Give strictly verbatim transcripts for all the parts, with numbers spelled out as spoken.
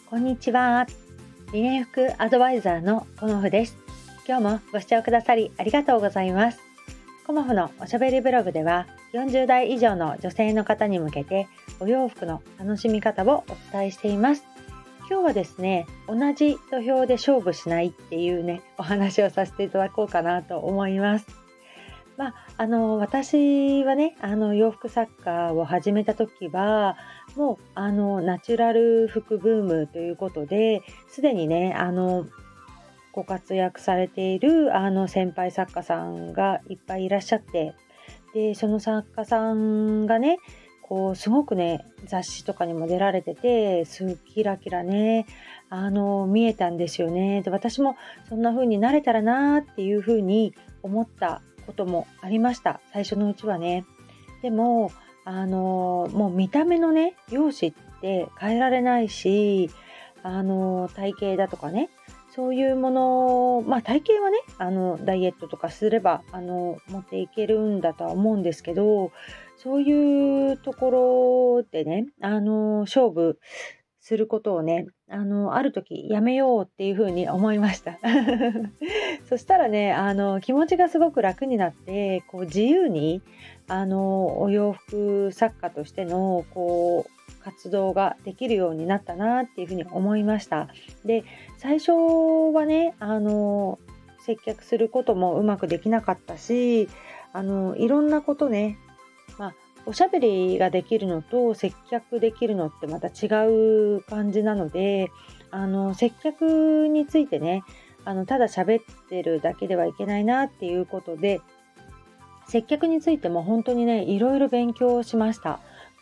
こんにちは。理念服アドバイザーのコモフです。今日もご視聴くださりありがとうございます。コモフのおしゃべりブログではよんじゅう代以上の女性の方に向けてお洋服の楽しみ方をお伝えしています。今日はですね、同じ土俵で勝負しないっていうね、お話をさせていただこうかなと思います。まあ、あの私はね、あの洋服作家を始めた時はもうあのナチュラル服ブームということで、すでにねあのご活躍されているあの先輩作家さんがいっぱいいらっしゃって、でその作家さんがねこうすごくね雑誌とかにも出られてて、すキラキラねあの見えたんですよね。で私もそんな風になれたらなっていう風に思ったこともありました、最初のうちはね。でもあのもう見た目のね容姿って変えられないし、あの体型だとかね、そういうもの、まあ体型はねあのダイエットとかすればあの持っていけるんだとは思うんですけど、そういうところでねあの勝負することをねあのある時やめようっていうふうに思いましたそしたらねあの気持ちがすごく楽になって、こう自由にあのお洋服作家としてのこう活動ができるようになったなっていうふうに思いました。で最初はねあの接客することもうまくできなかったし、あのいろんなことね、まあおしゃべりができるのと接客できるのってまた違う感じなので、あの接客についてねあのただ喋ってるだけではいけないなっていうことで、接客についても本当にねいろいろ勉強しました。うん、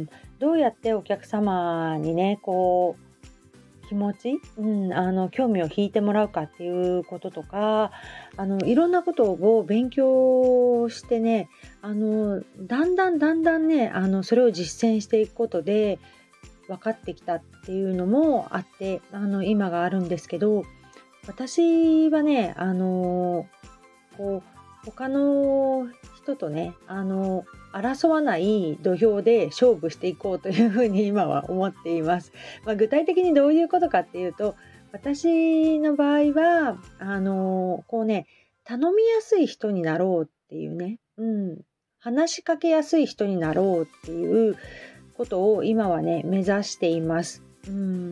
どうやってお客様にねこう気持ち、うん、あの興味を引いてもらうかっていうこととか、あのいろんなことを勉強してね、あのだんだんだんだんねあのそれを実践していくことで分かってきたっていうのもあって、あの今があるんですけど、私はねあのこう他の人とねあの争わない土俵で勝負していこうというふうに今は思っています。まあ、具体的にどういうことかっていうと、私の場合はあのこうね頼みやすい人になろうっていうね、うん、話しかけやすい人になろうっていうことを今はね目指しています。うん、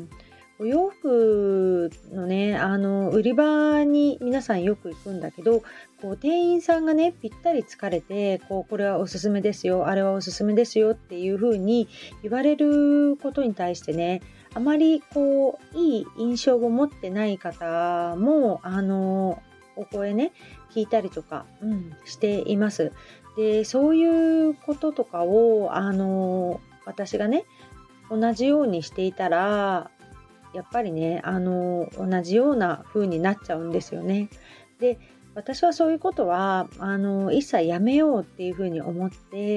お洋服のねあの売り場に皆さんよく行くんだけど、こう店員さんがねぴったり疲れてこうこれはおすすめですよ、あれはおすすめですよっていう風に言われることに対してね、あまりこういい印象を持ってない方もあのお声ね聞いたりとか、うん、しています。でそういうこととかをあの私がね同じようにしていたらやっぱりねあの同じような風になっちゃうんですよね。で私はそういうことはあの一切やめようっていう風に思って、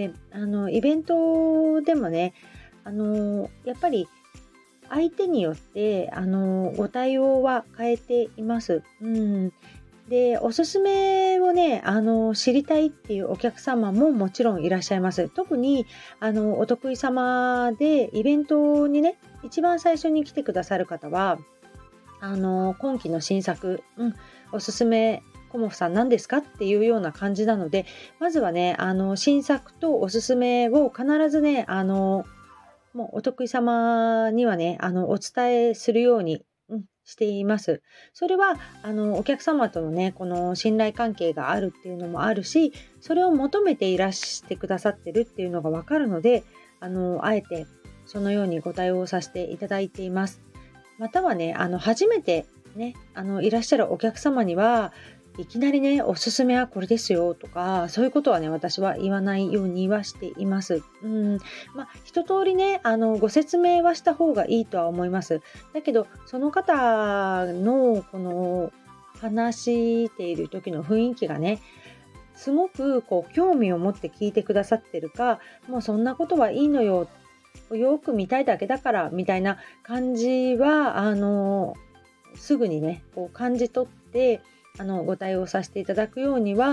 あのイベントでもねあのやっぱり相手によってあのご対応は変えています。うん、でおすすめをねあの知りたいっていうお客様ももちろんいらっしゃいます。特にあのお得意様でイベントにね一番最初に来てくださる方はあの今期の新作、うん、おすすめコモフさん何ですかっていうような感じなので、まずはねあの新作とおすすめを必ずねあのもうお得意様にはねあのお伝えするように、うん、しています。それはあのお客様とのねこの信頼関係があるっていうのもあるし、それを求めていらしてくださってるっていうのがわかるので、あのあえてそのようにご対応させていただいています。またはねあの初めてねあのいらっしゃるお客様にはいきなりねおすすめはこれですよとかそういうことはね私は言わないようにはしています。うん、まあ一通りねあのご説明はした方がいいとは思います。だけどその方のこの話している時の雰囲気がねすごくこう興味を持って聞いてくださってるか、もうそんなことはいいのよ、よく見たいだけだからみたいな感じはあのすぐにねこう感じ取ってあのご対応させていただくようには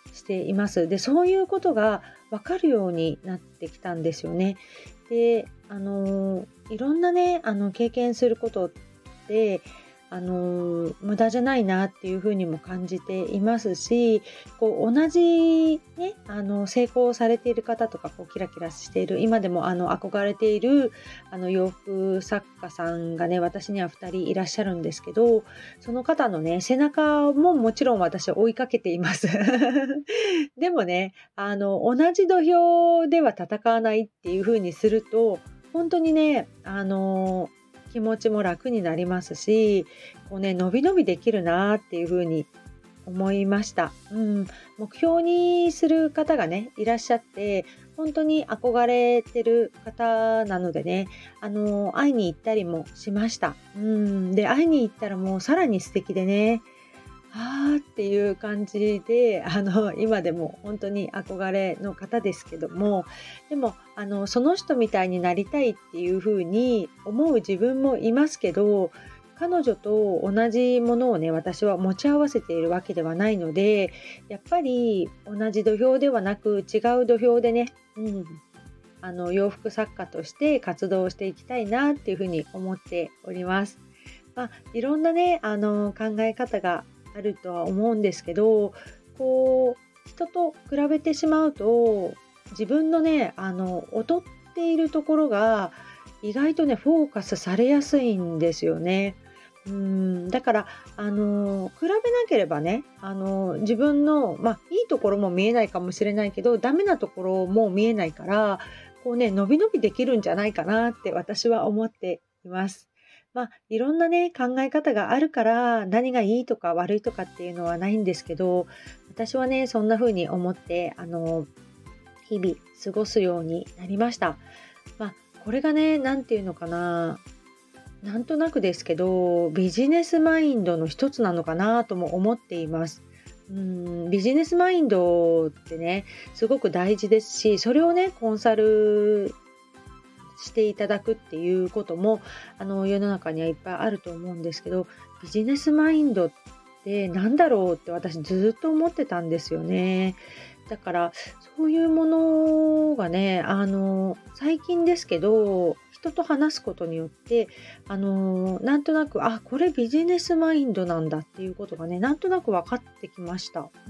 しています。で、そういうことが分かるようになってきたんですよね。で、あのいろんなね、あの経験することってあの無駄じゃないなっていうふうにも感じていますし、こう同じね、あの成功されている方とか、こうキラキラしている、今でもあの憧れているあの洋服作家さんがね、私にはふたりいらっしゃるんですけど、その方のね、背中ももちろん私は追いかけています。でもね、あの同じ土俵では戦わないっていうふうにすると、本当にね、あの気持ちも楽になりますし、こうね、伸び伸びできるなっていう風に思いました。うん、目標にする方がね、いらっしゃって、本当に憧れてる方なのでね、あの、会いに行ったりもしました。うん、で、会いに行ったらもうさらに素敵でね、あーっていう感じで、あの、今でも本当に憧れの方ですけども、でも、あの、その人みたいになりたいっていう風に思う自分もいますけど、彼女と同じものをね、私は持ち合わせているわけではないので、やっぱり同じ土俵ではなく、違う土俵でね、うん、あの、洋服作家として活動していきたいなっていう風に思っております。まあ、いろんなね、あの、考え方があるとは思うんですけど、こう、人と比べてしまうと、自分のね、あの、劣っているところが、意外とね、フォーカスされやすいんですよね。うん、だから、あの、比べなければね、あの、自分の、まあ、いいところも見えないかもしれないけど、ダメなところも見えないから、こうね、伸び伸びできるんじゃないかなって私は思っています。まあ、いろんなね、考え方があるから、何がいいとか悪いとかっていうのはないんですけど、私はね、そんな風に思って、あの、日々過ごすようになりました。まあ、これがね、なんていうのかな、なんとなくですけど、ビジネスマインドの一つなのかなとも思っています。うん、ビジネスマインドってね、すごく大事ですし、それをね、コンサルしていただくっていうことも、あの、世の中にはいっぱいあると思うんですけど、ビジネスマインドってなんだろうって私ずっと思ってたんですよね。だから、そういうものがね、あの、最近ですけど、人と話すことによって、あの、なんとなく、あ、これビジネスマインドなんだっていうことがね、なんとなく分かってきました。うん。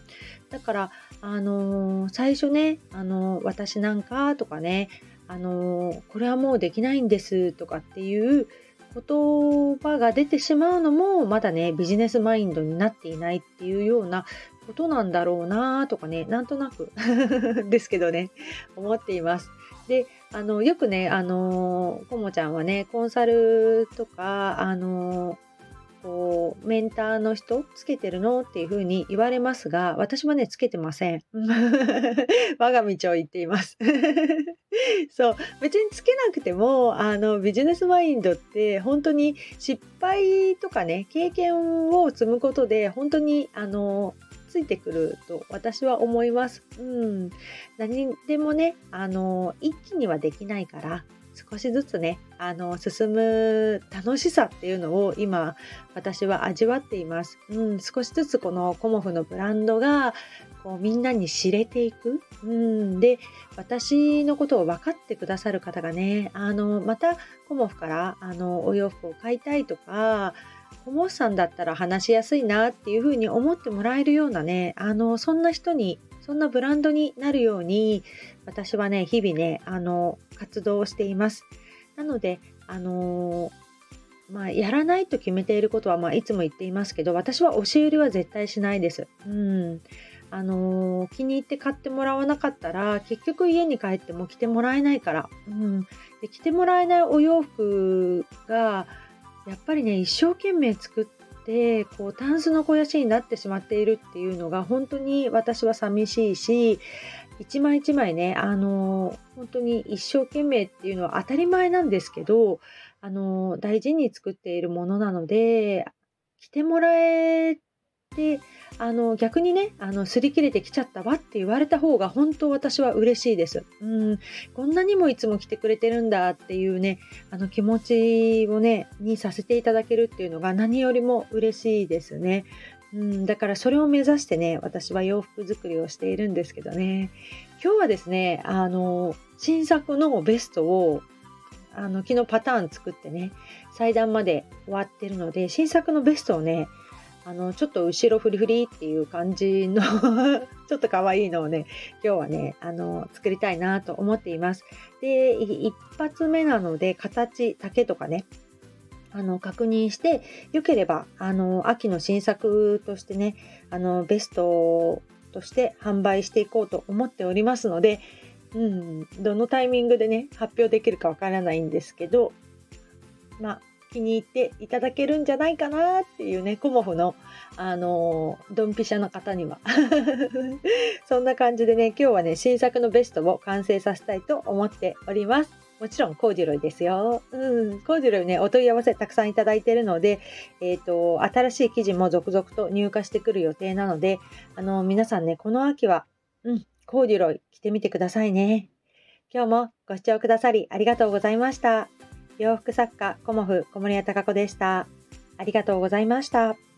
だから、あの、最初ね、あの、私なんかとかね、あの、これはもうできないんですとかっていう言葉が出てしまうのも、まだね、ビジネスマインドになっていないっていうようなことなんだろうなとかね、なんとなくですけどね、思っています。で、あの、よくね、あの、こもちゃんはね、コンサルとか、あの、こう、メンターの人つけてるのっていう風に言われますが、私はね、つけてません。我が道を行っています。そう、別につけなくても、あの、ビジネスマインドって本当に失敗とかね、経験を積むことで、本当に、あの、ついてくると私は思います。うん。何でもね、あの、一気にはできないから、少しずつね、あの、進む楽しさっていうのを今、私は味わっています。うん、少しずつこのコモフのブランドが、こうみんなに知れていく。うん、で、私のことを分かってくださる方がね、あの、またコモフからあのお洋服を買いたいとか、コモフさんだったら話しやすいなっていうふうに思ってもらえるようなね、あの、そんな人に、そんなブランドになるように、私はね、日々ね、あの、活動をしています。なので、あのまあ、やらないと決めていることは、まあ、いつも言っていますけど、私は押し売りは絶対しないです。うん。あのー気に入って買ってもらわなかったら、結局家に帰っても着てもらえないから。うん。で、着てもらえないお洋服が、やっぱりね、一生懸命作って、こう、タンスの肥やしになってしまっているっていうのが、本当に私は寂しいし、一枚一枚ね、あの、本当に一生懸命っていうのは当たり前なんですけど、あの、大事に作っているものなので、着てもらえて、あの、逆にね、あの、擦り切れてきちゃったわって言われた方が本当私は嬉しいです。うん、こんなにもいつも着てくれてるんだっていうね、あの気持ちをね、にさせていただけるっていうのが何よりも嬉しいですね。 うん、だからそれを目指してね、私は洋服作りをしているんですけどね。今日はですね、あの、新作のベストを、あの、昨日パターン作ってね、裁断まで終わってるので、新作のベストをね、あの、ちょっと後ろフリフリっていう感じのちょっと可愛いのをね、今日はね、あの、作りたいなと思っています。で、い一発目なので、形、丈とかね、あの、確認して、良ければ、あの、秋の新作としてね、あの、ベストとして販売していこうと思っておりますので、うん、どのタイミングでね、発表できるかわからないんですけど、まあ、気に入っていただけるんじゃないかなっていうね、コモフの、あのードンピシャの方には。そんな感じでね、今日はね、新作のベストを完成させたいと思っております。もちろんコーデュロイですよ。うん、コーデュロイね、お問い合わせたくさんいただいているので、えっと、新しい生地も続々と入荷してくる予定なので、あの、皆さんね、この秋は、うん、コーデュロイ着てみてくださいね。今日もご視聴くださりありがとうございました。洋服作家コモフ小森屋隆子でした。ありがとうございました。